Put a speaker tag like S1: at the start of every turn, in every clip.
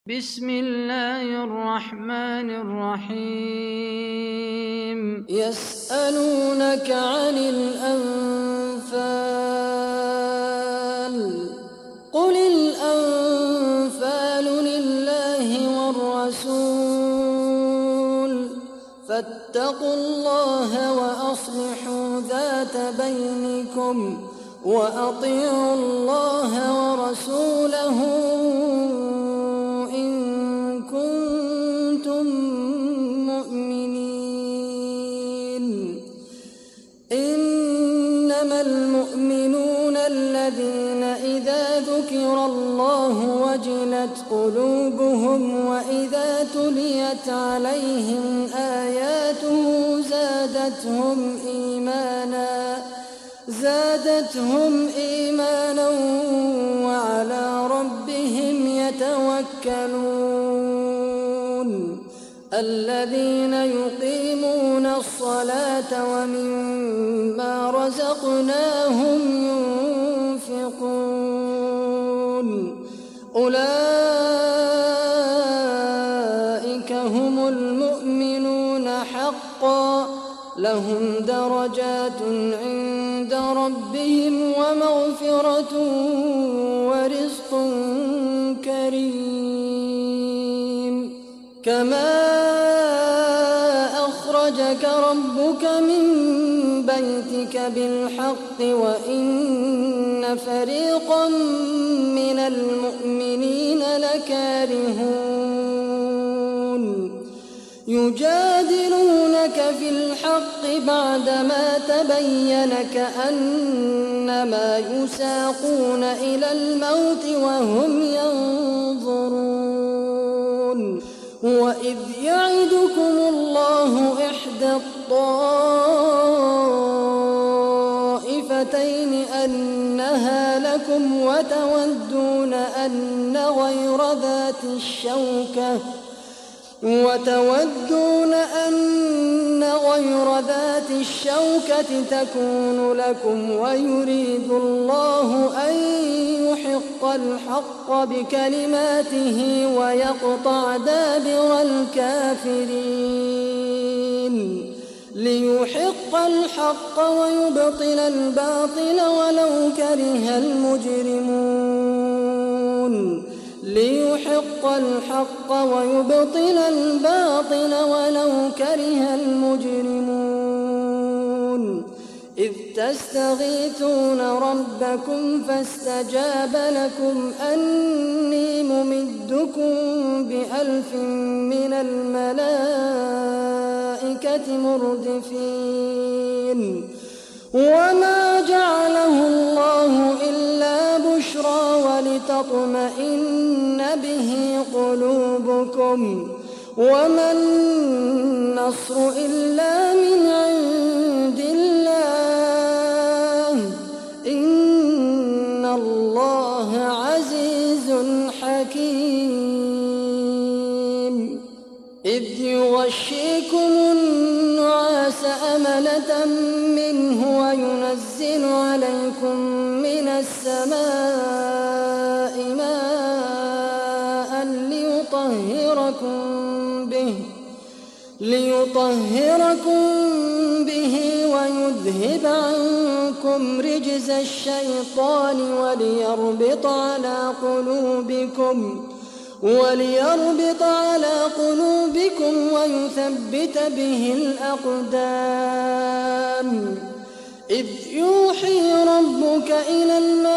S1: بسم الله الرحمن الرحيم
S2: يسألونك عن الأنفال قل الأنفال لله والرسول فاتقوا الله وأصلحوا ذات بينكم وأطيعوا الله ورسوله إن كنتم مؤمنين. إنما المؤمنون الذين إذا ذكر الله وجلت قلوبهم وإذا تليت عليهم آياته زادتهم إيمانا وعلى ربهم يتوكلون. الذين يقيمون الصلاة ومما رزقناهم ينفقون أولئك هم المؤمنون حقا لهم درجات عند ربهم ومغفرة ورزق كريم. كما أخرجك ربك من بيتك بالحق وإن فريقا من المؤمنين لكارهون يجادلونك في الحق بعدما تبين كأنما يساقون إلى الموت وهم ينظرون. وإذ يعدكم الله إحدى الطائفتين أنها لكم وتودون أن غير ذات الشوكة تكون لكم ويريد الله أن يحق الحق بكلماته ويقطع دابر الكافرين ليحق الحق ويبطل الباطل ولو كره المجرمون. ليحق الحق ويبطل الباطل ولو كره المجرمون. إذ تستغيثون ربكم فاستجاب لكم أني ممدكم ب1000 من الملائكة مردفين. وما جعله الله إلا بشرى ولتطمئن به قلوبكم وما النصر إلا من عند الله إن الله عزيز حكيم. إذ يغشيكم النعاس أمنة منه وينزل عليكم من السماء ماء ليطهركم به ويذهب عنكم رجز الشيطان وليربط على قلوبكم ويثبت به الأقدام. إذ يوحي ربك إلى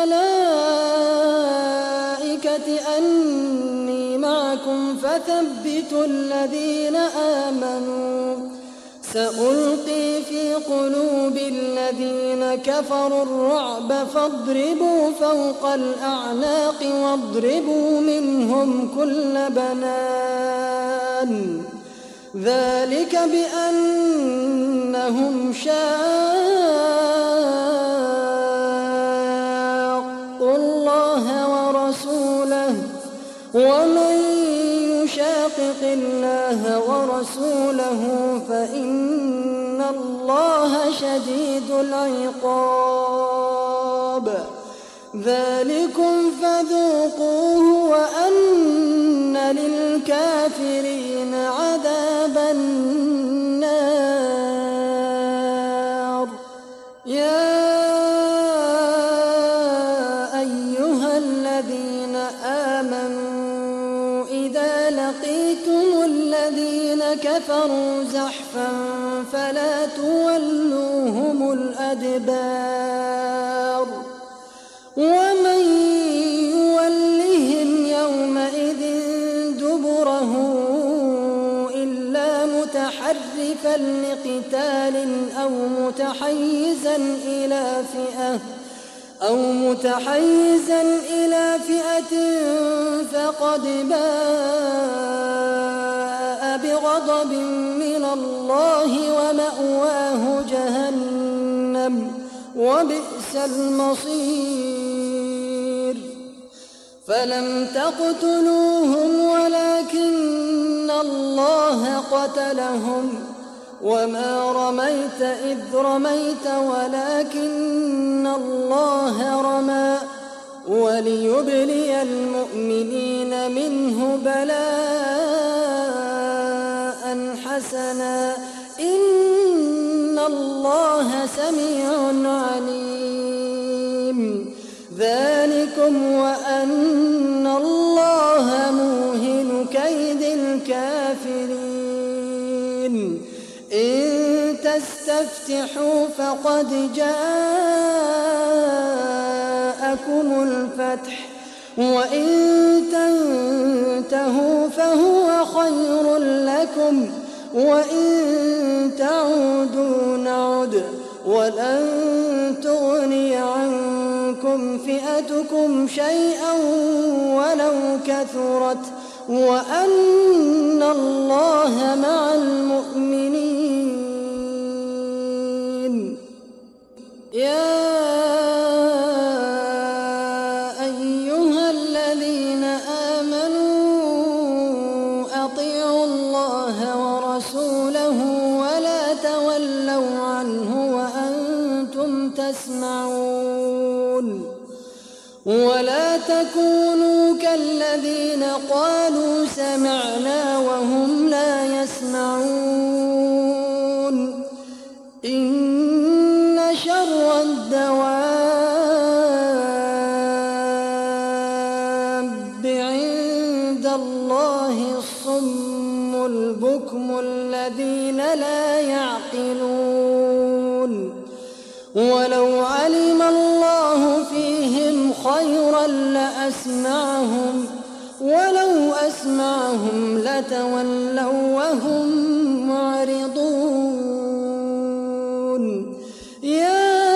S2: الملائكة أني معكم فثبتوا الذين آمنوا سألقي في قلوب الذين كفروا الرعب فاضربوا فوق الأعناق واضربوا منهم كل بنان. ذلك بأنهم شاقوا الله ورسوله ومن يشاقق الله ورسوله فإن الله شديد العقاب. ذلكم فذوقوه وأن للكافرين عذاب النار. يا أيها الذين آمنوا إذا لقيتم الذين كفروا زحفا فلا تولوهم الأدبار ومن يولهم يومئذ دبره إلا متحرفا لقتال أو متحيزا إلى فئة فقد باء بغضب من الله ومأواه جهنم وبئس المصير. فلم تقتلوهم ولكن الله قتلهم وما رميت إذ رميت ولكن الله رمى وليبلي المؤمنين منه بلاء حسنا إن الله سميع عليم. ذلكم وأن الله موهن كيد الكافرين. إن تستفتحوا فقد جاءكم الفتح وإن تنتهوا فهو خير لكم وإن تعودوا نعد ولن تغني عنكم فئتكم شيئا ولو كثرت وأن الله مع المؤمنين. يا أيها الذين آمنوا أطيعوا الله ورسوله ولا تولوا عنه وأنتم تسمعون. ولا تكونوا كالذين قالوا سمعنا وهم لا يسمعون. إن شر الدواب عند الله الصم البكم الذين لا يعقلون. ولو علم الله فيهم خيرا لأسمعهم ولو أسمعهم لتولوا وهم معرضون. يا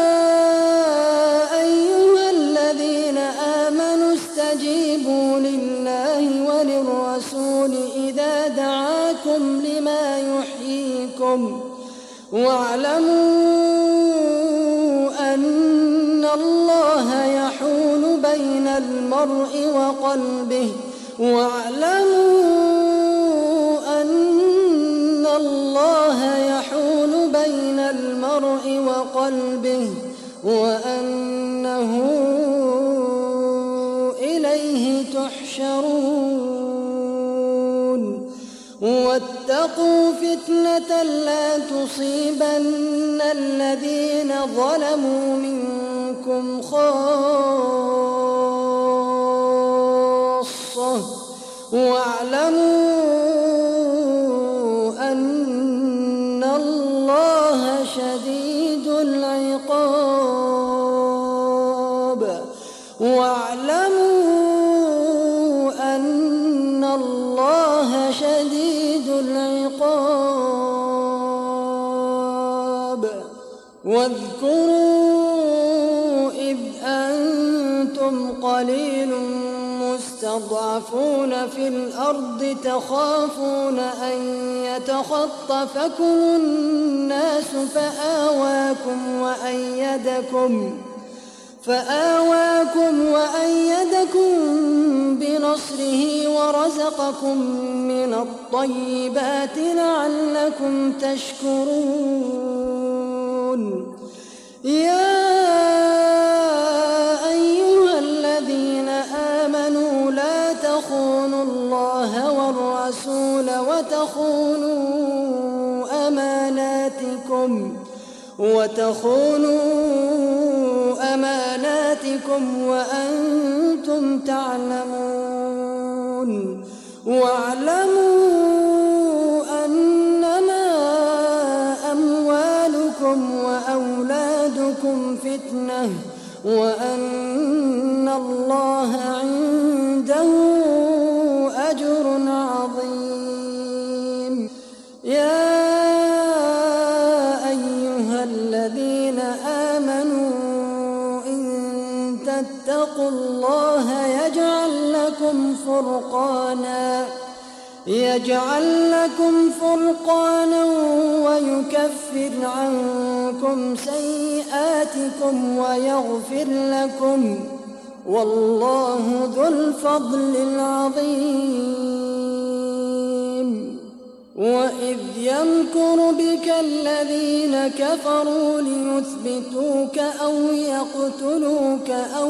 S2: أيها الذين آمنوا استجيبوا لله وللرسول إذا دعاكم لما يحييكم واعلموا أن الله يحول بين المرء وقلبه وأنه إليه تحشرون. واتقوا فتنة لا تصيبن الذين ظلموا منكم خاصة واعلموا أن الله شديد العقاب. واذكروا إذ أنتم قليل مستضعفون في الأرض تخافون أن يتخطفكم الناس فآواكم وأيدكم بنصره ورزقكم من الطيبات لعلكم تشكرون. يا أيها الذين آمنوا لا تخونوا الله الله والرسول وتخونوا أماناتكم وأنتم تعلمون. واعلموا أنما أموالكم وأولادكم فتنة وأن الله عنده أجر عظيم. يا أيها الذين آمنوا إن تتقوا الله يجعل لكم فرقانا ويكفر عنكم سيئاتكم ويغفر لكم، والله ذو الفضل العظيم. وإذ يمكر بك الذين كفروا ليثبتوك أو يقتلوك أو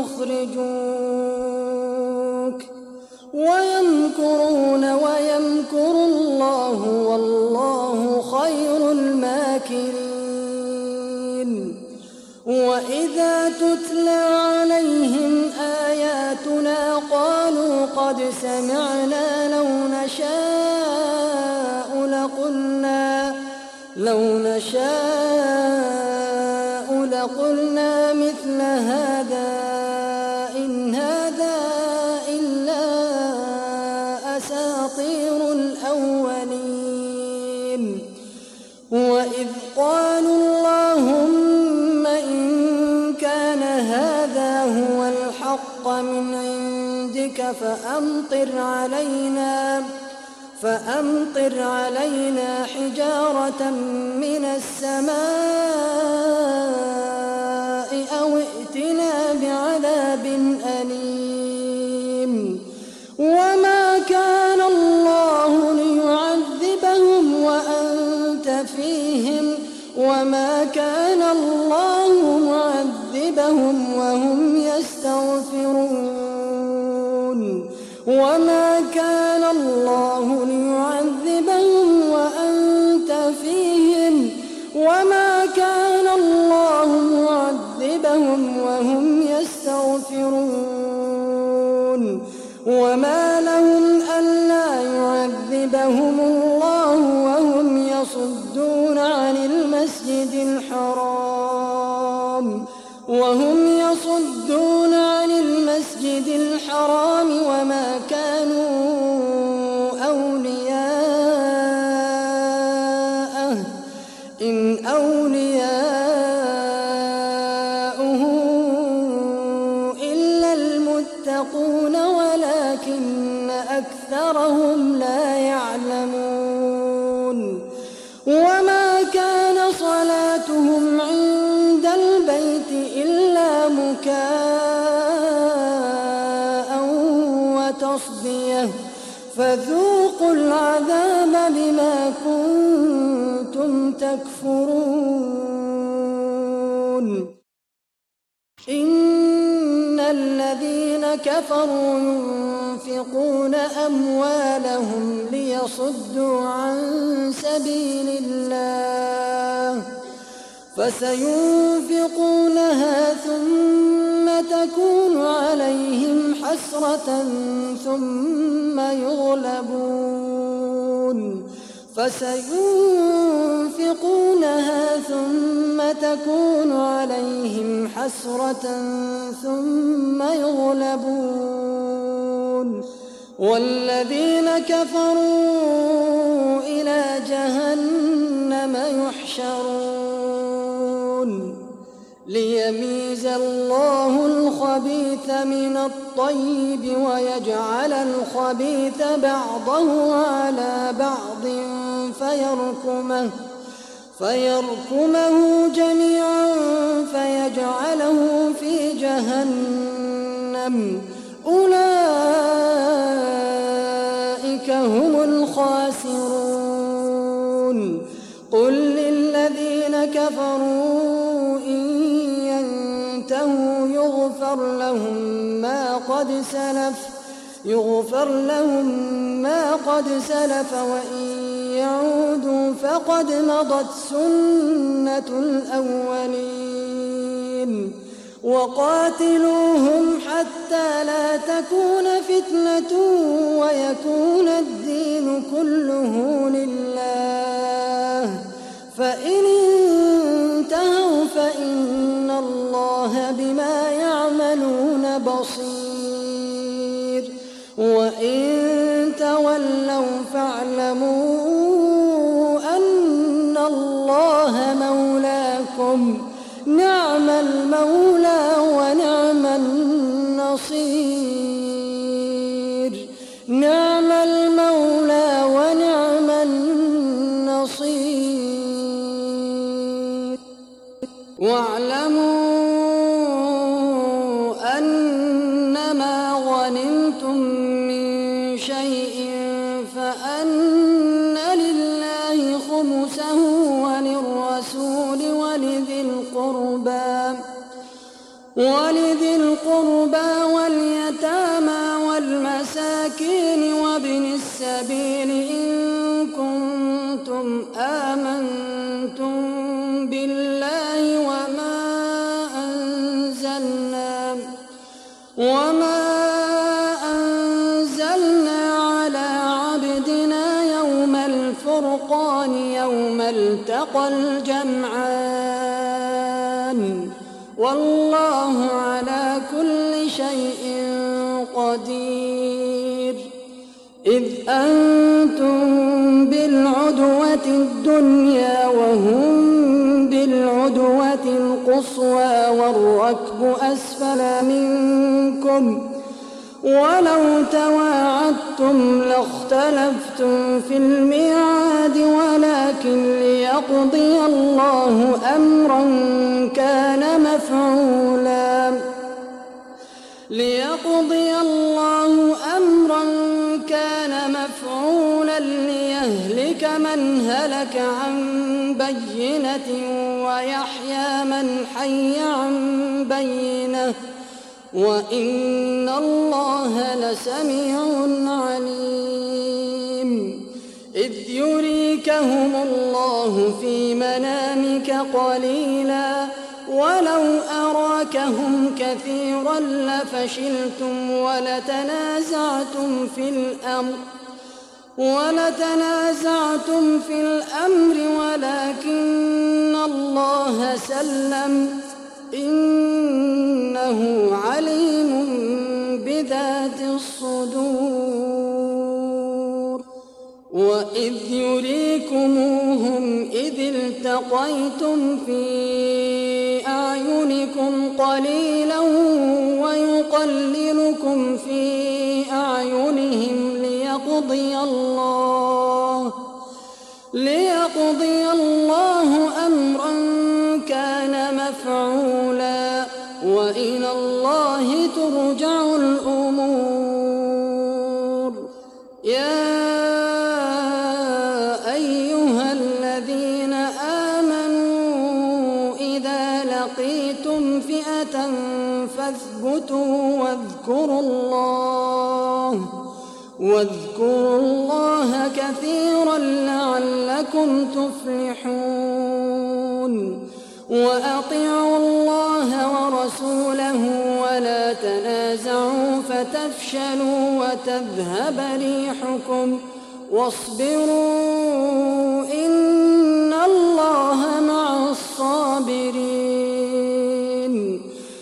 S2: يخرجوك ويمكرون ويمكر الله والله خير الماكرين. وإذا تتلى عليهم آياتنا قالوا قد سمعنا لو نشاء لقلنا مثل هذا إن هذا إلا أساطير الأولين. وإذ قالوا اللهم إن كان هذا هو الحق من عندك فأمطر علينا حجارة من السماء أو ائتنا بعذاب أليم. وما كان الله ليعذبهم وأنت فيهم وما كان الله معذبهم وهم يستغفرون. وما كان الله ليعذبهم وأنت فيهم وما كان الله معذبهم وهم يستغفرون. وما لهم ألا يعذبهم الله وهم يصدون عن المسجد الحرام وما كانوا أولياءه إن أولياؤه إلا المتقون ولكن أكثرهم لا يعلمون. وما كان صلاتهم عند البيت إلا مكاء وتصدية فذوقوا العذاب بما كنتم تكفرون. إن الذين كفروا ينفقون أموالهم ليصدوا عن سبيل الله فسينفقونها ثم تكون عليهم حسرة ثم يغلبون والذين كفروا إلى جهنم يحشرون ليميز الله الخبيث من الطيب ويجعل الخبيث بعضه على بعض فيركمه جميعا فيجعله في جهنم أولئك هم الخاسرون. قل للذين كفروا إن ينتهوا يغفر لهم ما قد سلف يغفر لهم ما قد سلف وإن يعودوا فقد مضت سنة الأولين وقاتلوهم حتى لا تكون فتنة ويكون الدين كله لله فإن انتهوا فإن الله بما يعملون بصير وإن تولوا فاعلموا أن الله مولاكم نعم المولى ونعم النصير نعم المولى ونعم النصير واعلموا أنما غنمتم من شيء فأن لله خمسه وللرسول ولذي القربى واليتامى والمساكين وابن السبيل إن كنتم آمنتم بالله وما أنزلنا على عبدنا يوم الفرقان يوم التقى الجمعان والله على كل شيء قدير إذ أنتم بالعدوة الدنيا وهم بالعدوة القصوى والركب أسفل منكم ولو تواعدتم لاختلفتم في الميعاد ولكن ليقضي الله أمرا كان مفعولا ليهلك من هلك عن بينة ويحيى من حي عن بينة وإن الله لسميع عليم إذ يريكهم الله في منامك قليلا ولو أراكهم كثيرا لفشلتم ولتنازعتم في الأمر ولكن الله سلم إنه عليم بذات الصدور وإذ يريكموهم إذ التقيتم في أعينكم قليلا ويقللكم في أعينهم ليقضي الله أمرا كان مفعولا وإلى الله ترجع الأمور يا أيها الذين آمنوا إذا لقيتم فئة فاثبتوا واذكروا الله كثيرا لعلكم تفلحون وأطيعوا الله ورسوله ولا تنازعوا فتفشلوا وتذهب ريحكم واصبروا إن الله مع الصابرين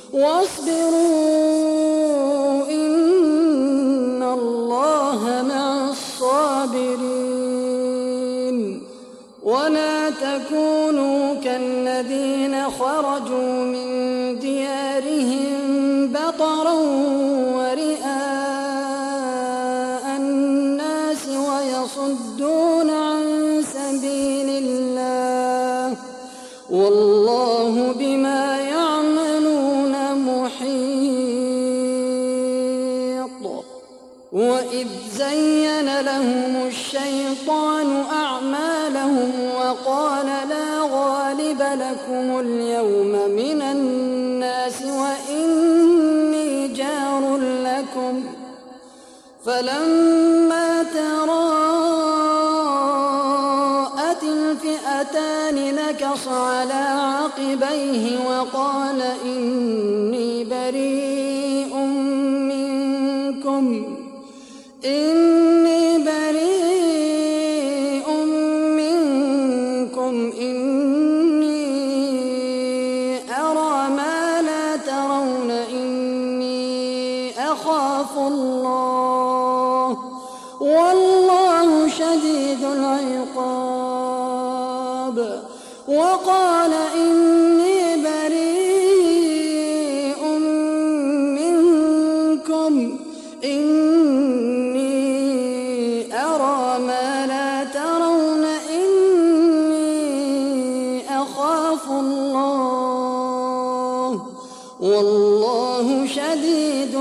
S2: ولا تكونوا كالذين خرجوا من ديارهم بطرا ورئاء الناس ويصدون عن سبيل الله والله بما يعملون محيط وإذ زين لهم الشيطان أعمالهم وقال لا غالب لكم اليوم من الناس وإني جار لكم فلما تراءت الفئتان نكص على عقبيه وقال إني بريء منكم إني أرى ما لا ترون إني أخاف الله والله شديد العقاب وقال إني بريء منكم إني أرى ما لا ترون إني أخاف الله والله شديد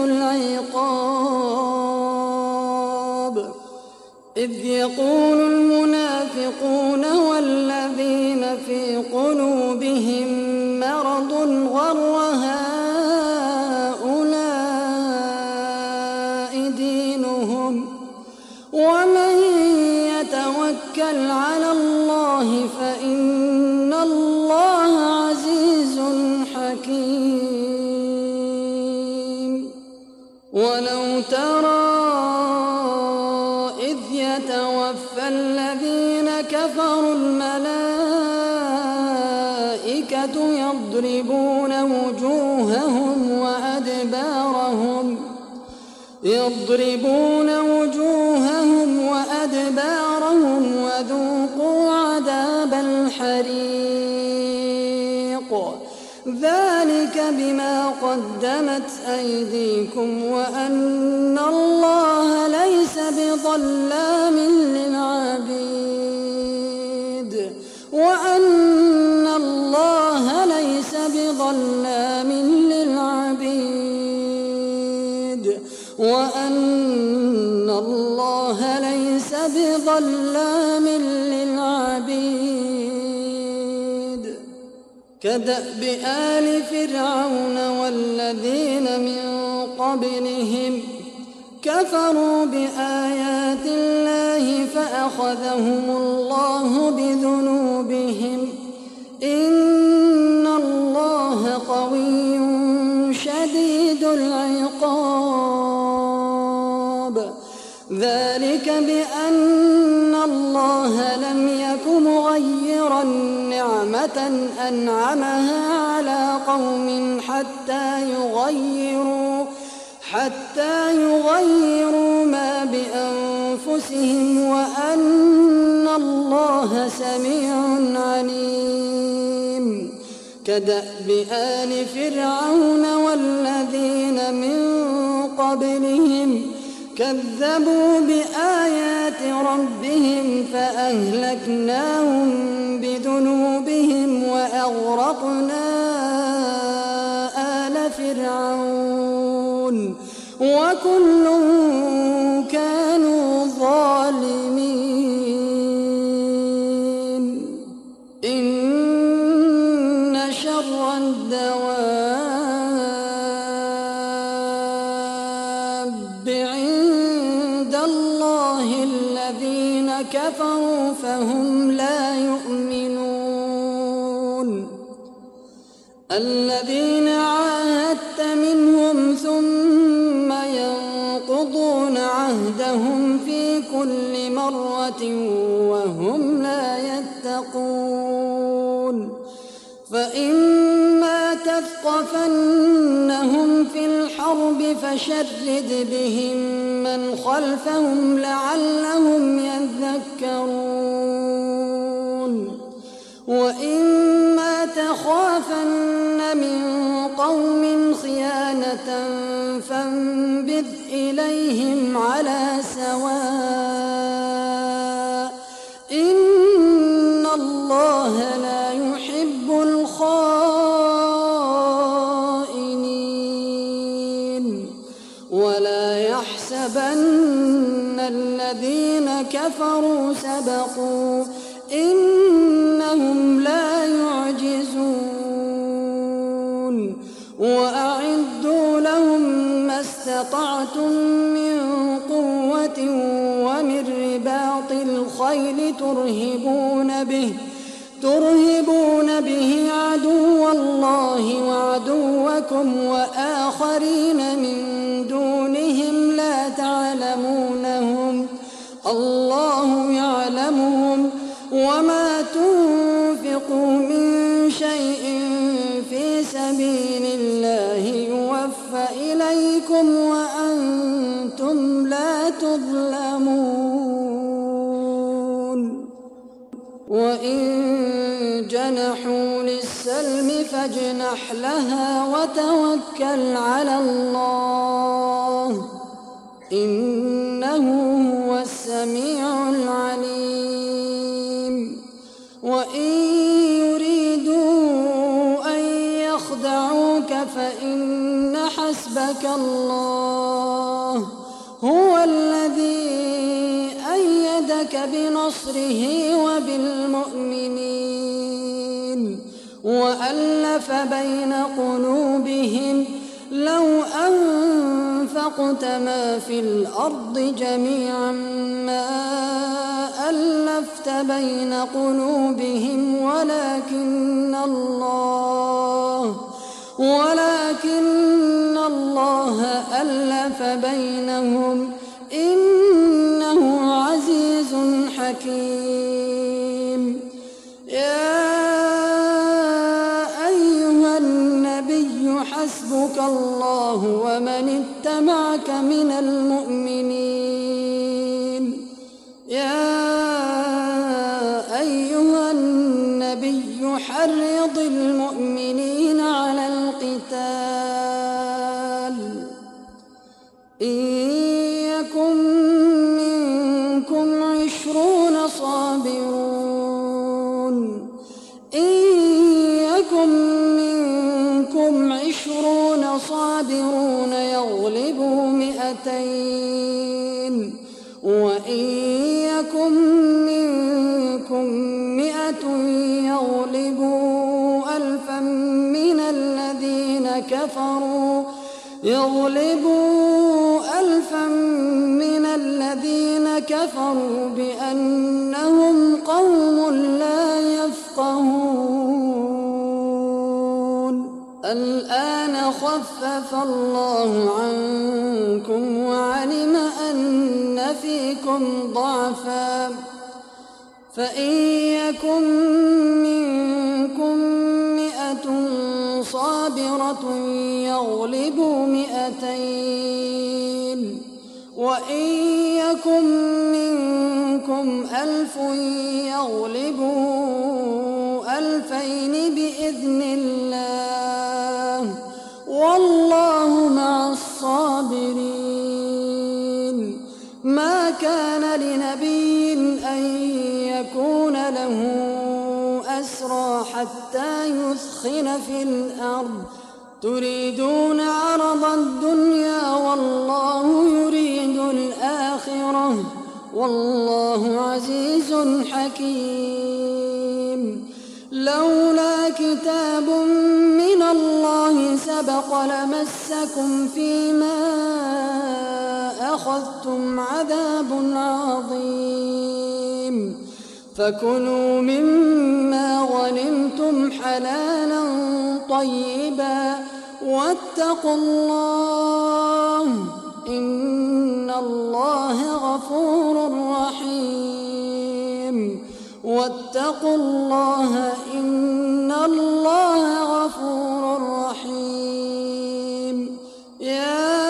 S2: العقاب إذ يقول المنافقون والذين في قلوبهم مرض غر هؤلاء دينهم ومن يتوكل على الله فإن الله عزيز حكيم ولو ترى إذ يتوفى الذين كفروا الملائكة يضربون وجوههم وأدبارهم وذوقوا عذاب الحريق ذلك بما قدمت أيديكم وأن الله ليس بظلام للعبيد وأن الله ليس بظلام للعبيد وأن الله ليس بظلام للعبيد كدأب آل فرعون والذين من قبلهم كفروا بآيات الله فأخذهم الله بذنوبهم إن الله قوي شديد العقاب ذلك بأن الله لم يك مغيرا نعمة أنعمها على قوم حتى يغيروا ما بأنفسهم وأن الله سميع عليم كدأب آل فرعون والذين من قبلهم كذبوا بآيات ربهم فأهلكناهم بذنوبهم وأغرقنا آل فرعون وكل كانوا ظالمين إن شر الدواب عند الله الذين كفروا فهم لا يؤمنون الذين عاهدت منهم ثم ينقضون عهدهم في كل مرة وهم لا يتقون فإما تثقفنهم في الحرب فشرد بهم من خلفهم لعلهم يذكرون وإما تخافن من قوم خيانة فانبذ إليهم على سواء إن الله لا يحب الخائنين ولا يحسبن الذين كفروا سبقوا إنهم لا يعجزون وأعدوا لهم ما استطعتم من قوة غدوة ومن رباط الخيل ترهبون به عدو الله وعدوكم وآخرين من دونهم لا تعلمونهم الله يعلمهم وما تنفقوا من شيء في سبيل الله يوفى إليكم وأنتم لا تظلمون وإن جنحوا للسلم فاجنح لها وتوكل على الله إنه هو السميع العليم وإن يريدوا أن يخدعوك فإن حسبك الله هو الذي أيدك بنصره وبالمؤمنين وألف بين قلوبهم لو أنفقت ما في الأرض جميعا ما ألفت بين قلوبهم ولكن الله ألف بينهم إنه عزيز حكيم يا أيها النبي حسبك الله ومن اتبعك من المؤمنين يا أيها النبي حرض المؤمنين على القتال إن يكن منكم 20 صابرون يغلبوا 200 وإن يكن منكم 100 يغلبوا 1000 من الذين كفروا بأنهم قوم لا يفقهون الآن خفف الله عنكم وعلم أن فيكم ضعفا فإن يكن منكم 100 صابرة يغلبوا 200 وإن يكن منكم 1000 يغلبوا 2000 بإذن الله والله مع الصابرين ما كان لنبي أن يكون له أسرى حتى يثخن في الأرض تريدون عرض الدنيا والله يريد الآخرة والله عزيز حكيم لولا كتاب من الله سبق لمسكم فيما أخذتم عذاب عظيم فكلوا مما غنمتم حلالا طيبا واتقوا الله إن الله غفور رحيم واتقوا الله إن الله غفور رحيم يا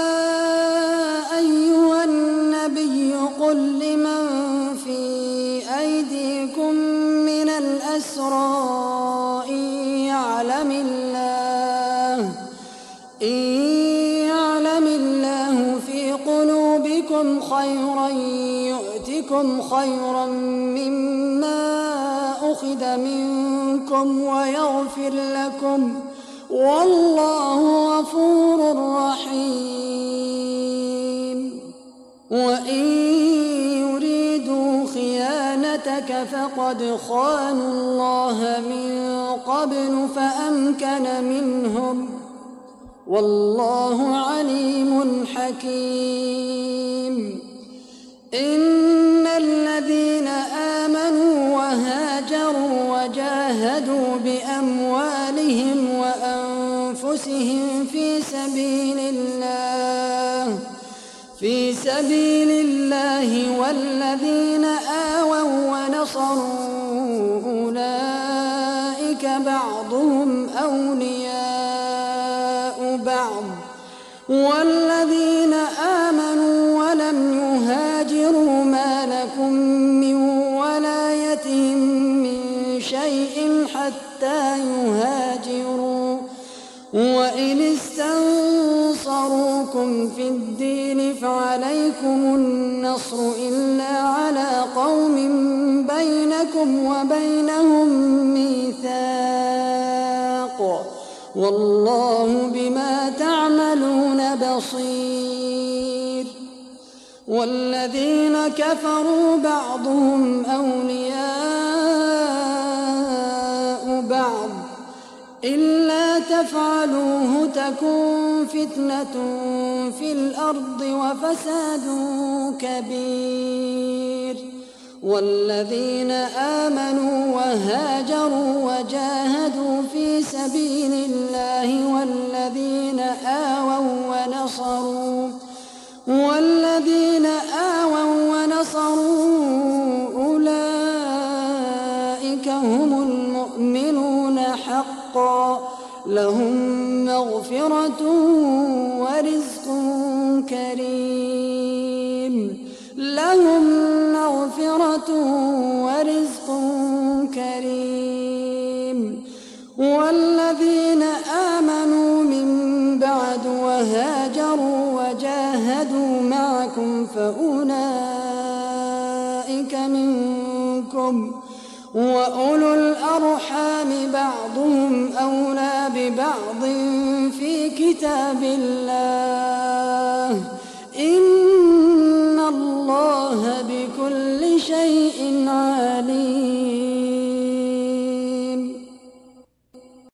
S2: أيها النبي قل لمن في أيديكم من الأسرى إن يعلم الله في قلوبكم خيرا يؤتكم خيرا مما أخذ منكم ويغفر لكم والله غفور رحيم وإن يريدوا خيانتك فقد خانوا الله من قبل فأمكن منهم والله عليم حكيم إن الذين آمنوا وهاجروا وجاهدوا بأموالهم وأنفسهم في سبيل الله والذين آووا ونصروا أولئك بعضهم أولياء بعض والذين آمنوا ولم يهاجروا ما لكم من ولايتهم من شيء حتى يهاجروا وإن استنصروكم في الدين فعليكم النصر إلا على قوم بينكم وبينهم ميثاق والله بما تعملون بصير. والذين كفروا بعضهم أولياء بعض إلا تفعلوه تكن فتنة في الأرض وفساد كبير. والذين آمنوا وهاجروا وجاهدوا في سبيل الله والذين آووا ونصروا أولئك هم المؤمنون حقا لهم مغفرة ورزق كريم والذين آمنوا من بعد وهاجروا وجاهدوا معكم فأولئك منكم وأولو الأرحام بعضهم أولى ببعض في كتاب الله إن الله بكل شيء عليم.